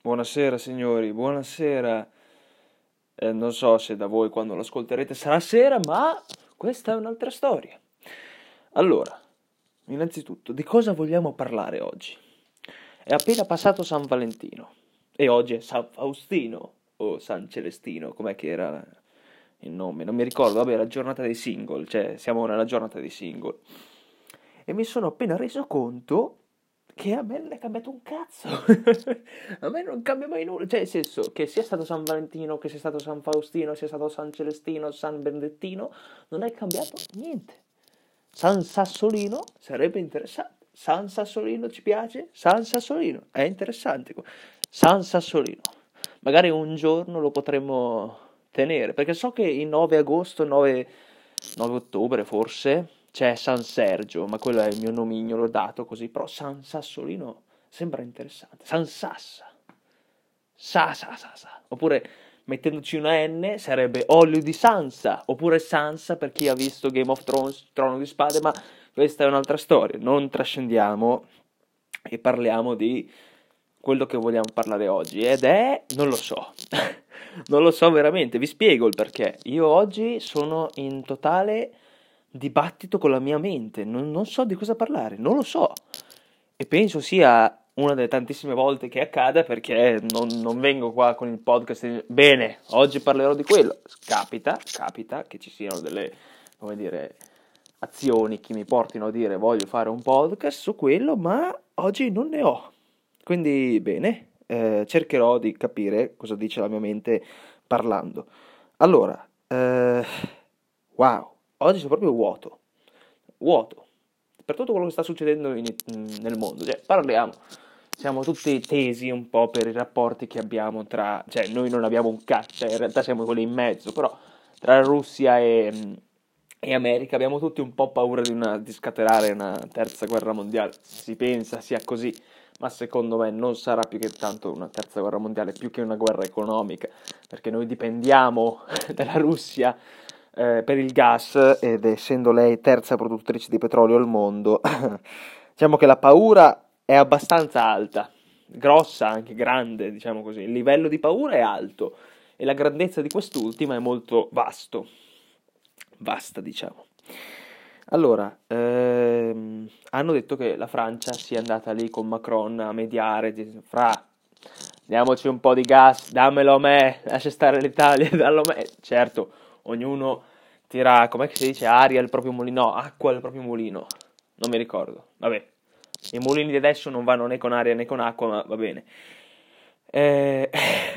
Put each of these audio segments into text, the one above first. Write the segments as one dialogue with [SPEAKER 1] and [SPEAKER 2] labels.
[SPEAKER 1] Buonasera signori, buonasera. Non so se da voi quando lo ascolterete sarà sera, ma questa è un'altra storia. Allora, innanzitutto, di cosa vogliamo parlare oggi? È appena passato San Valentino e oggi è San Faustino o San Celestino, com'è che era il nome? Non mi ricordo, vabbè, la giornata dei single, cioè siamo nella giornata dei single. E mi sono appena reso conto che a me non è cambiato un cazzo. A me non cambia mai nulla. Cioè, nel senso, che sia stato San Valentino, che sia stato San Faustino, sia stato San Celestino, San Benedettino, non è cambiato niente. San Sassolino sarebbe interessante. San Sassolino ci piace? San Sassolino è interessante. San Sassolino. Magari un giorno lo potremmo tenere, perché so che il 9 agosto, 9 ottobre forse, c'è San Sergio, ma quello è il mio nomignolo dato così, però San Sassolino sembra interessante. San Sassa. Sa. Oppure mettendoci una N sarebbe olio di Sansa, oppure Sansa per chi ha visto Game of Thrones, Trono di Spade, ma questa è un'altra storia. Non trascendiamo e parliamo di quello che vogliamo parlare oggi ed è, non lo so. Non lo so veramente, vi spiego il perché. Io oggi sono in totale dibattito con la mia mente, non so di cosa parlare, non lo so. E penso sia una delle tantissime volte che accada perché non vengo qua con il podcast e bene, oggi parlerò di quello. Capita che ci siano delle, come dire, azioni che mi portino a dire voglio fare un podcast su quello, ma oggi non ne ho. Quindi bene, cercherò di capire cosa dice la mia mente parlando. Allora, wow, oggi sono proprio vuoto, per tutto quello che sta succedendo nel mondo. Cioè, parliamo, siamo tutti tesi un po' per i rapporti che abbiamo tra, cioè noi non abbiamo un cazzo, cioè in realtà siamo quelli in mezzo, però tra Russia e America abbiamo tutti un po' paura di scatenare una terza guerra mondiale. Si pensa sia così, ma secondo me non sarà più che tanto una terza guerra mondiale, più che una guerra economica, perché noi dipendiamo dalla Russia per il gas ed essendo lei terza produttrice di petrolio al mondo, diciamo che la paura è abbastanza alta, grossa, anche grande, diciamo così. Il livello di paura è alto e la grandezza di quest'ultima è molto vasta, diciamo. Allora, hanno detto che la Francia sia andata lì con Macron a mediare, diamoci un po' di gas, dammelo a me, lascia stare l'Italia, dallo a me. Certo, ognuno tira, com'è che si dice, aria al proprio mulino, no, acqua al proprio mulino, non mi ricordo, vabbè. I mulini di adesso non vanno né con aria né con acqua, ma va bene. Eh,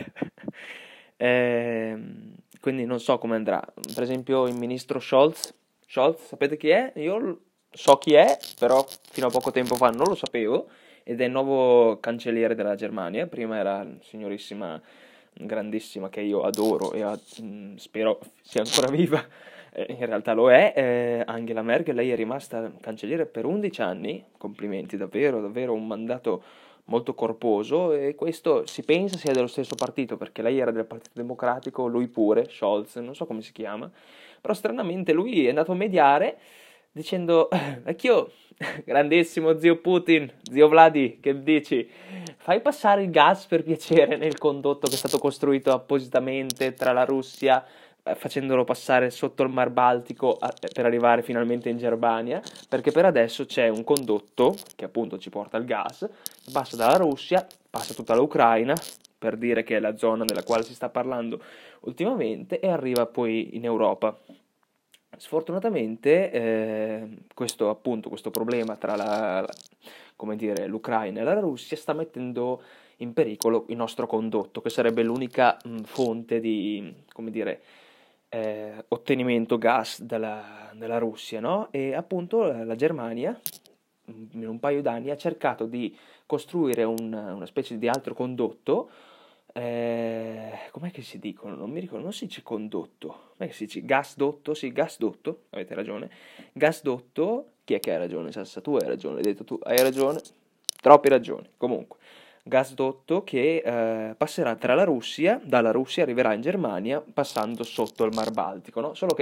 [SPEAKER 1] quindi non so come andrà. Per esempio il ministro Scholz, sapete chi è? Io so chi è, però fino a poco tempo fa non lo sapevo, ed è il nuovo cancelliere della Germania. Prima era la signorissima, grandissima, che io adoro e spero sia ancora viva. In realtà lo è, Angela Merkel. Lei è rimasta cancelliere per 11 anni, complimenti, davvero, davvero un mandato molto corposo, e questo si pensa sia dello stesso partito, perché lei era del Partito Democratico, lui pure, Scholz, non so come si chiama, però stranamente lui è andato a mediare dicendo, vecchio, grandissimo zio Putin, zio Vladi, che dici? Fai passare il gas per piacere nel condotto che è stato costruito appositamente tra la Russia, facendolo passare sotto il Mar Baltico per arrivare finalmente in Germania, perché per adesso c'è un condotto che appunto ci porta il gas, passa dalla Russia, passa tutta l'Ucraina, per dire che è la zona della quale si sta parlando ultimamente, e arriva poi in Europa. Sfortunatamente questo problema tra come dire, l'Ucraina e la Russia sta mettendo in pericolo il nostro condotto, che sarebbe l'unica fonte di, come dire, ottenimento gas dalla Russia, no? E appunto la Germania in un paio d'anni ha cercato di costruire una specie di altro condotto. Com'è che si dicono? Non mi ricordo, non si dice condotto, com'è che si dice? Gasdotto, sì, gasdotto, avete ragione. Gasdotto, chi è che ha ragione? Sassa, tu hai ragione, hai detto tu, hai ragione, troppe ragioni, comunque. Gasdotto che passerà dalla Russia arriverà in Germania passando sotto il Mar Baltico, no? Solo che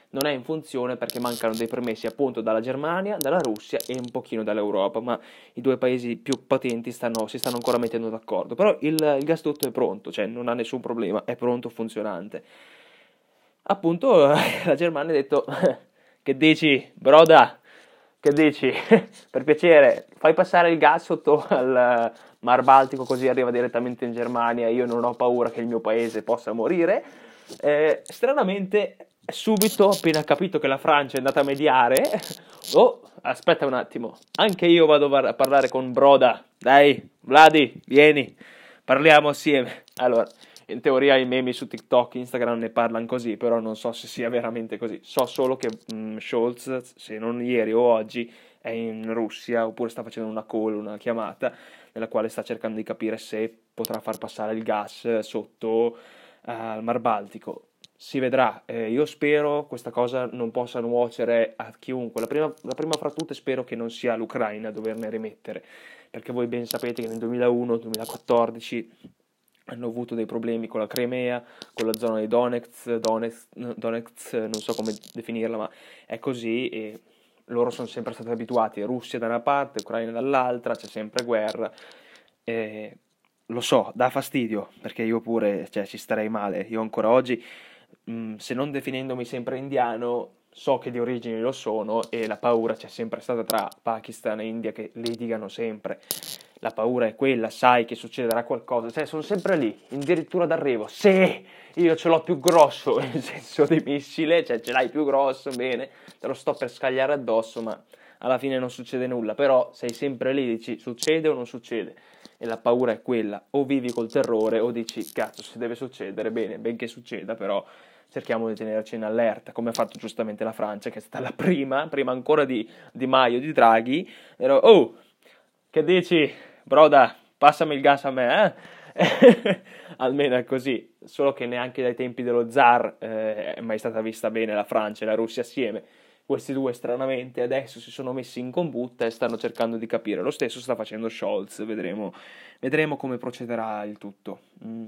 [SPEAKER 1] non è in funzione perché mancano dei permessi appunto dalla Germania, dalla Russia e un pochino dall'Europa, ma i due paesi più potenti si stanno ancora mettendo d'accordo. Però il gasdotto è pronto, cioè non ha nessun problema, è pronto, funzionante. Appunto la Germania ha detto, che dici, broda? Che dici? Per piacere, fai passare il gas sotto al Mar Baltico così arriva direttamente in Germania, io non ho paura che il mio paese possa morire. Stranamente, subito, appena capito che la Francia è andata a mediare, oh, aspetta un attimo, anche io vado a parlare con Broda, dai, Vladi, vieni, parliamo assieme. Allora, in teoria i meme su TikTok, Instagram ne parlano così, però non so se sia veramente così. So solo che Scholz, se non ieri o oggi, è in Russia, oppure sta facendo una call, una chiamata, nella quale sta cercando di capire se potrà far passare il gas sotto al Mar Baltico. Si vedrà, io spero questa cosa non possa nuocere a chiunque. La prima fra tutte spero che non sia l'Ucraina a doverne rimettere, perché voi ben sapete che nel 2001-2014 hanno avuto dei problemi con la Crimea, con la zona di Donetsk, non so come definirla, ma è così e loro sono sempre stati abituati, Russia da una parte, Ucraina dall'altra, c'è sempre guerra. E lo so, dà fastidio, perché io pure, cioè, ci starei male. Io ancora oggi, se non definendomi sempre indiano, so che di origini lo sono e la paura c'è sempre stata tra Pakistan e India che litigano sempre. La paura è quella, sai che succederà qualcosa, cioè sono sempre lì, addirittura d'arrivo. Se io ce l'ho più grosso, nel senso di missile, cioè ce l'hai più grosso, bene, te lo sto per scagliare addosso, ma alla fine non succede nulla. Però sei sempre lì, dici succede o non succede. E la paura è quella, o vivi col terrore o dici cazzo se deve succedere, bene, benché succeda, però cerchiamo di tenerci in allerta, come ha fatto giustamente la Francia, che è stata la prima ancora di Maio, di Draghi, ero, oh, che dici, broda, passami il gas a me, almeno è così, solo che neanche dai tempi dello zar è mai stata vista bene la Francia e la Russia assieme. Questi due stranamente adesso si sono messi in combutta e stanno cercando di capire. Lo stesso sta facendo Scholz, vedremo come procederà il tutto.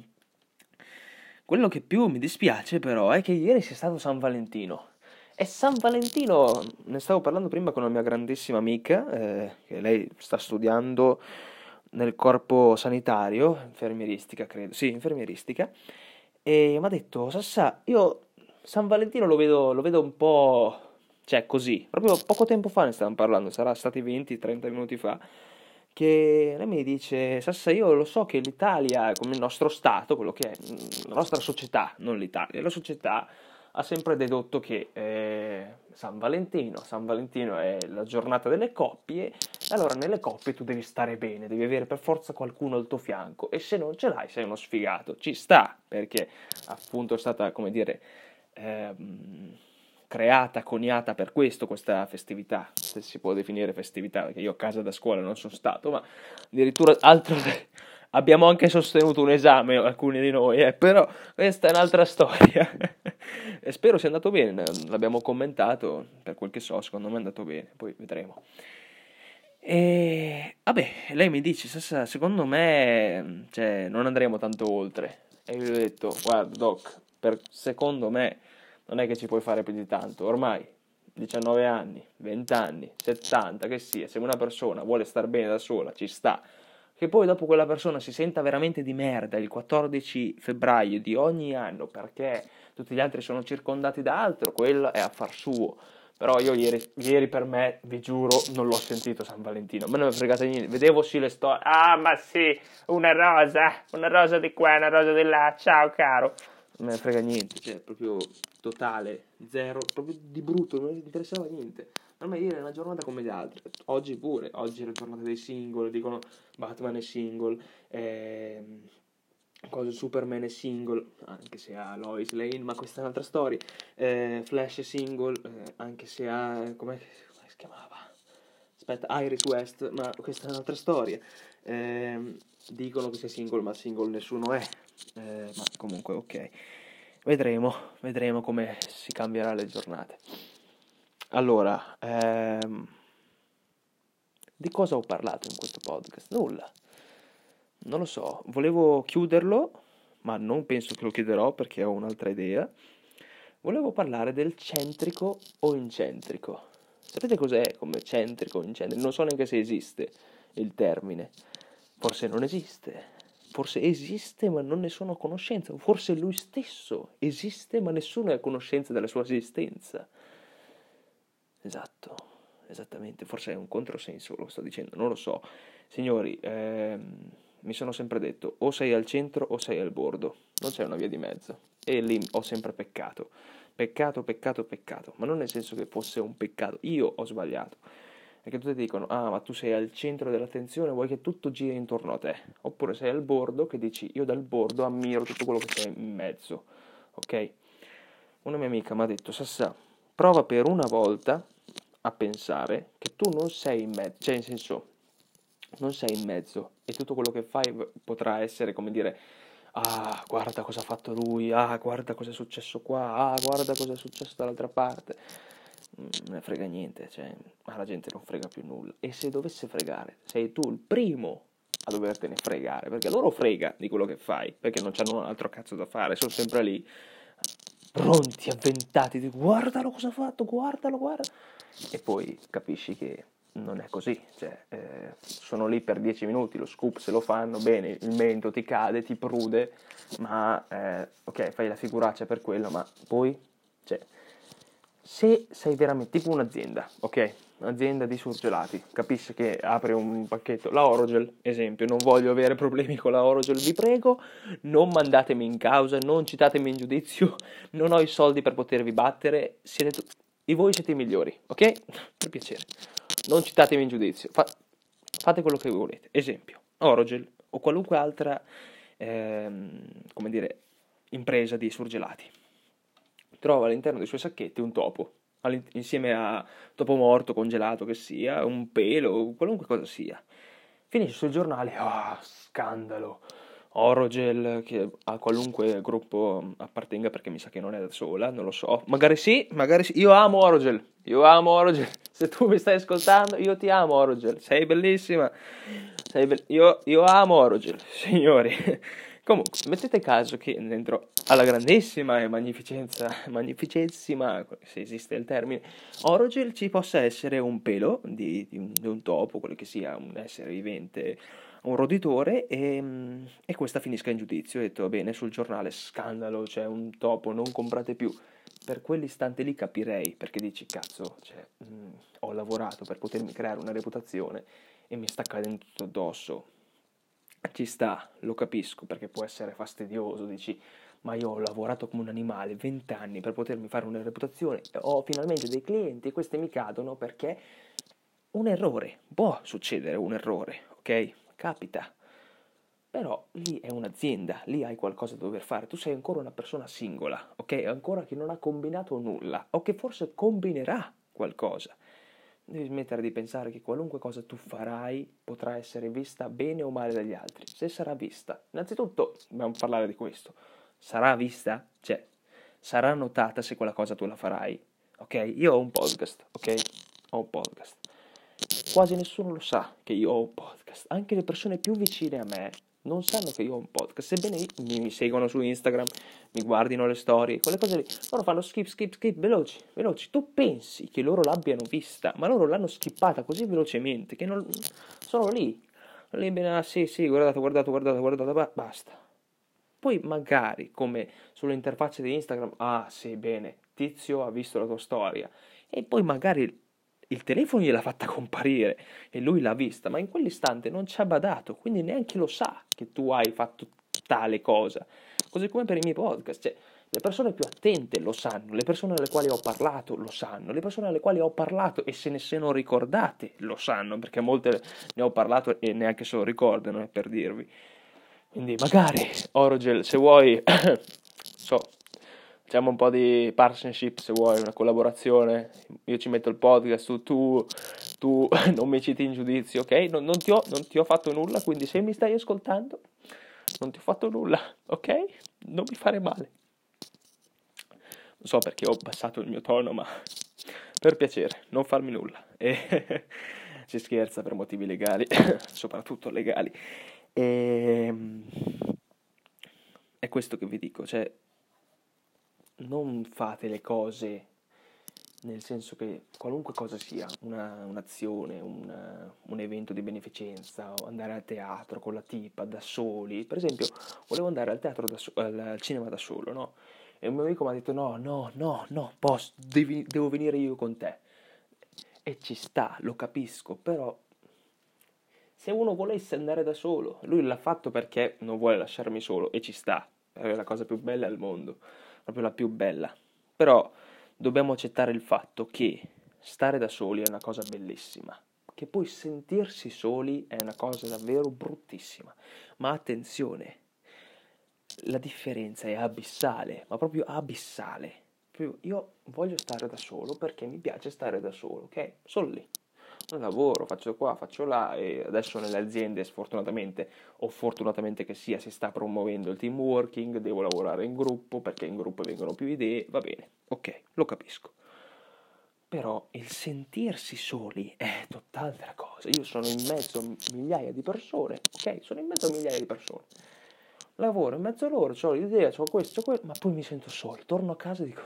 [SPEAKER 1] Quello che più mi dispiace però è che ieri sia stato San Valentino. E San Valentino, ne stavo parlando prima con una mia grandissima amica, che lei sta studiando nel corpo sanitario, infermieristica credo, sì, infermieristica, e mi ha detto, Sassà, io San Valentino lo vedo un po', cioè così, proprio poco tempo fa ne stavamo parlando, sarà stati 20-30 minuti fa, che lei mi dice, Sassa, io lo so che l'Italia, come il nostro Stato, quello che è la nostra società, non l'Italia, la società ha sempre dedotto che San Valentino è la giornata delle coppie, e allora nelle coppie tu devi stare bene, devi avere per forza qualcuno al tuo fianco, e se non ce l'hai sei uno sfigato, ci sta, perché appunto è stata, come dire, creata, coniata per questo, questa festività, se si può definire festività, perché io a casa da scuola non sono stato, ma addirittura altro, abbiamo anche sostenuto un esame, alcuni di noi, però questa è un'altra storia, e spero sia andato bene, l'abbiamo commentato, per quel che so, secondo me è andato bene, poi vedremo. E vabbè, lei mi dice, secondo me, cioè, non andremo tanto oltre, e io gli ho detto, guarda Doc, secondo me non è che ci puoi fare più di tanto, ormai 19 anni, 20 anni, 70, che sia, se una persona vuole star bene da sola, ci sta, che poi dopo quella persona si senta veramente di merda il 14 febbraio di ogni anno perché tutti gli altri sono circondati da altro, quello è affar suo. Però io ieri per me, vi giuro, non l'ho sentito San Valentino, me ne è fregata niente, vedevo sì le storie, ah ma sì, una rosa di qua, una rosa di là, ciao caro, non me ne frega niente, cioè proprio totale, zero, proprio di brutto, non mi interessava niente. Per me ieri è una giornata come le altre, oggi pure, oggi è la giornata dei single, dicono Batman è single, Superman è single, anche se ha Lois Lane, ma questa è un'altra storia. Flash è single, anche se ha, come si chiamava? Aspetta, Iris West, ma questa è un'altra storia. Dicono che sia single, ma single nessuno è. Ma comunque, ok. Vedremo come si cambierà le giornate. Allora, di cosa ho parlato in questo podcast? Nulla. Non lo so, volevo chiuderlo, ma non penso che lo chiuderò perché ho un'altra idea. volevo parlare del centrico o incentrico. Sapete cos'è come centrico o incentrico? Non so neanche se esiste il termine. Forse non esiste. Forse esiste ma non ne sono a conoscenza. Forse lui stesso esiste ma nessuno è a conoscenza della sua esistenza. Esatto, esattamente. Forse è un controsenso quello che sto dicendo, non lo so. Signori, mi sono sempre detto o sei al centro o sei al bordo. Non c'è una via di mezzo. E lì ho sempre peccato. Peccato, peccato, peccato. Ma non nel senso che fosse un peccato. Io ho sbagliato. Perché tutti dicono, ah, ma tu sei al centro dell'attenzione, vuoi che tutto giri intorno a te. Oppure sei al bordo, che dici, io dal bordo ammiro tutto quello che c'è in mezzo. Ok? Una mia amica mi ha detto, Sassà, prova per una volta a pensare che tu non sei in mezzo, cioè in senso, non sei in mezzo e tutto quello che fai potrà essere, come dire, ah, guarda cosa ha fatto lui, ah, guarda cosa è successo qua, ah, guarda cosa è successo dall'altra parte. Non ne frega niente, cioè, alla gente non frega più nulla. E se dovesse fregare, sei tu il primo a dovertene fregare, perché loro frega di quello che fai, perché non c'hanno un altro cazzo da fare, sono sempre lì, pronti, avventati, di guardalo cosa ha fatto, guardalo, guarda. E poi capisci che non è così, cioè, sono lì per 10 minuti, lo scoop se lo fanno, bene, il mento ti cade, ti prude, ma ok, fai la figuraccia per quello, ma poi, cioè, se sei veramente tipo un'azienda, ok? Un'azienda di surgelati, capisci che apre un pacchetto, la Orogel, esempio, non voglio avere problemi con la Orogel, vi prego, non mandatemi in causa, non citatemi in giudizio, non ho i soldi per potervi battere, e voi siete i migliori, ok? Per piacere, non citatemi in giudizio, fate quello che volete, esempio, Orogel o qualunque altra, come dire, impresa di surgelati trova all'interno dei suoi sacchetti un topo, insieme a topo morto, congelato che sia, un pelo, qualunque cosa sia. Finisce sul giornale, scandalo, Orogel, che a qualunque gruppo appartenga, perché mi sa che non è da sola, non lo so. Magari sì, io amo Orogel, se tu mi stai ascoltando, io ti amo Orogel, sei bellissima, io amo Orogel, signori. Comunque, mettete caso che dentro alla grandissima e magnificensima, se esiste il termine, Orogel ci possa essere un pelo di un topo, quello che sia, un essere vivente, un roditore, e questa finisca in giudizio. Ho detto, va bene, sul giornale, scandalo, c'è un topo, non comprate più. Per quell'istante lì capirei, perché dici, cazzo, cioè, ho lavorato per potermi creare una reputazione e mi sta cadendo tutto addosso. Ci sta, lo capisco, perché può essere fastidioso, dici, ma io ho lavorato come un animale 20 anni per potermi fare una reputazione, ho finalmente dei clienti e questi mi cadono perché un errore, può succedere un errore, ok? Capita. Però lì è un'azienda, lì hai qualcosa da dover fare, tu sei ancora una persona singola, ok? Ancora che non ha combinato nulla, o che forse combinerà qualcosa. Devi smettere di pensare che qualunque cosa tu farai potrà essere vista bene o male dagli altri. Se sarà vista, innanzitutto dobbiamo parlare di questo. Sarà vista? Cioè, sarà notata se quella cosa tu la farai. Ok? Io ho un podcast, ok? Ho un podcast. Quasi nessuno lo sa che io ho un podcast. Anche le persone più vicine a me non sanno che io ho un podcast. Sebbene mi seguono su Instagram, mi guardino le storie, quelle cose lì. Loro fanno skip, skip, skip, veloci, veloci. Tu pensi che loro l'abbiano vista, ma loro l'hanno skippata così velocemente che non sono lì. Lì bene, ah, sì, sì, guardate, basta. Poi magari, come sulle interfacce di Instagram, ah sì, bene, Tizio ha visto la tua storia. E poi magari il telefono gliel'ha fatta comparire e lui l'ha vista, ma in quell'istante non ci ha badato, quindi neanche lo sa che tu hai fatto tale cosa. Così come per i miei podcast, cioè, le persone più attente lo sanno, le persone alle quali ho parlato lo sanno, le persone alle quali ho parlato e se ne sono ricordate lo sanno, perché molte ne ho parlato e neanche se lo ricordano, è per dirvi. Quindi magari, Orogel, se vuoi, so, facciamo un po' di partnership, se vuoi, una collaborazione, io ci metto il podcast, tu non mi citi in giudizio, ok? Non ti ho fatto nulla, quindi se mi stai ascoltando, non ti ho fatto nulla, ok? Non mi fare male. Non so perché ho abbassato il mio tono, ma per piacere, non farmi nulla. E si scherza per motivi legali, soprattutto legali. E è questo che vi dico, cioè non fate le cose nel senso che qualunque cosa sia, un'azione, un evento di beneficenza, o andare al teatro con la tipa da soli. Per esempio, volevo andare al teatro al cinema da solo, no? E un mio amico mi ha detto no, no, no, no, devo venire io con te. E ci sta, lo capisco, però se uno volesse andare da solo, lui l'ha fatto perché non vuole lasciarmi solo e ci sta, è la cosa più bella al mondo, proprio la più bella. Però dobbiamo accettare il fatto che stare da soli è una cosa bellissima, che poi sentirsi soli è una cosa davvero bruttissima. Ma attenzione, la differenza è abissale, ma proprio abissale. Io voglio stare da solo perché mi piace stare da solo, ok? Solo lì. Non lavoro, faccio qua, faccio là e adesso nelle aziende sfortunatamente o fortunatamente che sia si sta promuovendo il team working, devo lavorare in gruppo perché in gruppo vengono più idee, va bene, ok, lo capisco. Però il sentirsi soli è tutt'altra cosa. Io sono in mezzo a migliaia di persone, ok? Sono in mezzo a migliaia di persone. Lavoro in mezzo a loro, ho l'idea, ho questo, quello, ma poi mi sento solo. Torno a casa e dico,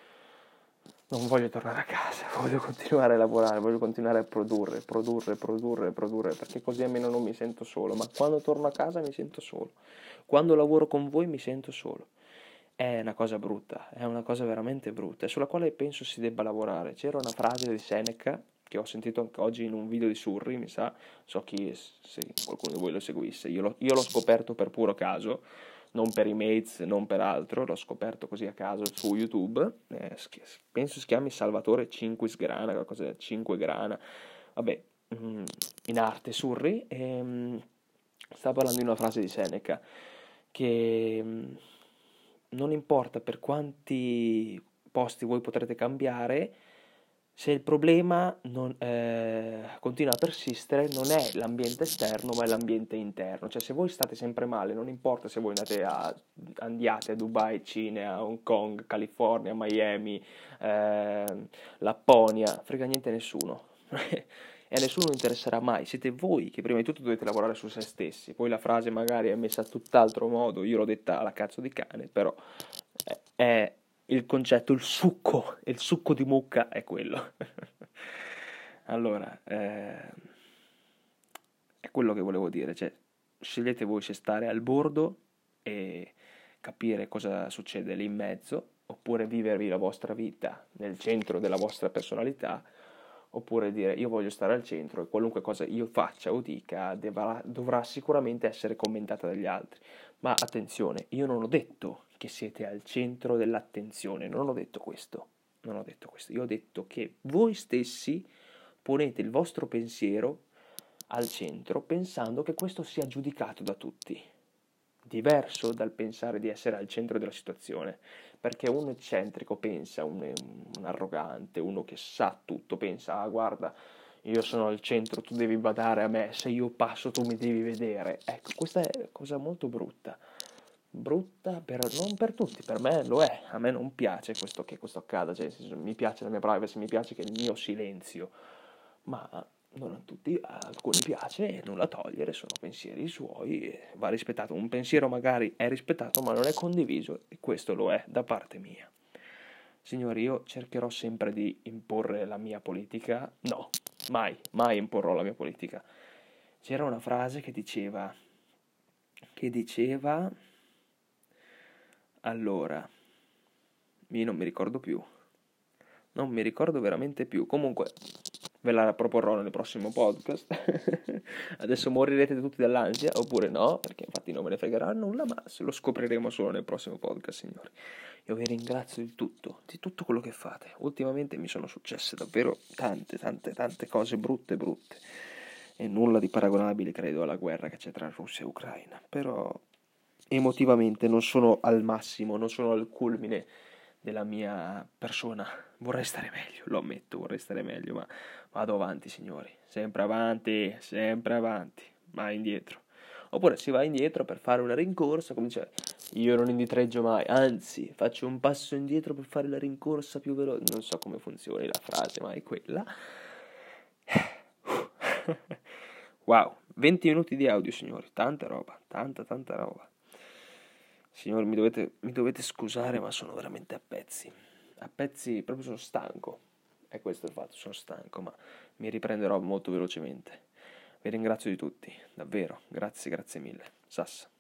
[SPEAKER 1] non voglio tornare a casa, voglio continuare a lavorare, voglio continuare a produrre, perché così almeno non mi sento solo. Ma quando torno a casa mi sento solo. Quando lavoro con voi mi sento solo. È una cosa brutta, è una cosa veramente brutta, sulla quale penso si debba lavorare. C'era una frase di Seneca che ho sentito anche oggi in un video di Surri, mi sa, so chi, se qualcuno di voi lo seguisse, io l'ho scoperto per puro caso, non per i mates, non per altro, l'ho scoperto così a caso su YouTube, penso si chiami Salvatore Cinquisgrana, qualcosa del Cinquegrana, vabbè, in arte Surri, e sta parlando di una frase di Seneca, che non importa per quanti posti voi potrete cambiare, se il problema continua a persistere, non è l'ambiente esterno, ma è l'ambiente interno. Cioè, se voi state sempre male, non importa se voi andiate a Dubai, Cina, Hong Kong, California, Miami, Lapponia, frega niente a nessuno. E a nessuno interesserà mai. Siete voi che prima di tutto dovete lavorare su se stessi. Poi la frase magari è messa tutt'altro modo, io l'ho detta alla cazzo di cane, però è il concetto, il succo di mucca è quello. Allora, è quello che volevo dire, cioè scegliete voi se stare al bordo e capire cosa succede lì in mezzo, oppure vivervi la vostra vita nel centro della vostra personalità, oppure dire io voglio stare al centro e qualunque cosa io faccia o dica dovrà sicuramente essere commentata dagli altri. Ma attenzione, io non ho detto che siete al centro dell'attenzione, non ho detto questo, non ho detto questo, io ho detto che voi stessi ponete il vostro pensiero al centro pensando che questo sia giudicato da tutti. Diverso dal pensare di essere al centro della situazione, perché un eccentrico pensa, un arrogante, uno che sa tutto, pensa, ah guarda, io sono al centro, tu devi badare a me, se io passo tu mi devi vedere. Ecco, questa è una cosa molto brutta. Brutta non per tutti, per me lo è. A me non piace che questo accada, cioè, mi piace la mia privacy, mi piace che il mio silenzio, ma non a tutti, a alcuni piace e nulla togliere, sono pensieri suoi, va rispettato. Un pensiero magari è rispettato, ma non è condiviso, e questo lo è da parte mia. Signori, io cercherò sempre di imporre la mia politica. No, mai, mai imporrò la mia politica. C'era una frase che diceva, allora, io non mi ricordo più, non mi ricordo veramente più. Comunque, ve la proporrò nel prossimo podcast. Adesso morirete tutti dall'ansia, oppure no, perché infatti non me ne fregherà nulla, ma se lo scopriremo solo nel prossimo podcast, signori. Io vi ringrazio di tutto quello che fate. Ultimamente mi sono successe davvero tante cose brutte, e nulla di paragonabile, credo, alla guerra che c'è tra Russia e Ucraina. Però emotivamente non sono al massimo, non sono al culmine della mia persona. Vorrei stare meglio, lo ammetto, vorrei stare meglio, ma vado avanti, signori, sempre avanti, mai indietro. Oppure si va indietro per fare una rincorsa, come dice, io non inditreggio mai, anzi, faccio un passo indietro per fare la rincorsa più veloce. Non so come funzioni la frase, ma è quella. Wow, 20 minuti di audio, signori, tanta roba, tanta roba. Signori, mi dovete scusare, ma sono veramente a pezzi, proprio sono stanco, è questo il fatto, sono stanco, ma mi riprenderò molto velocemente. Vi ringrazio di tutti, davvero, grazie, grazie mille. Sassa.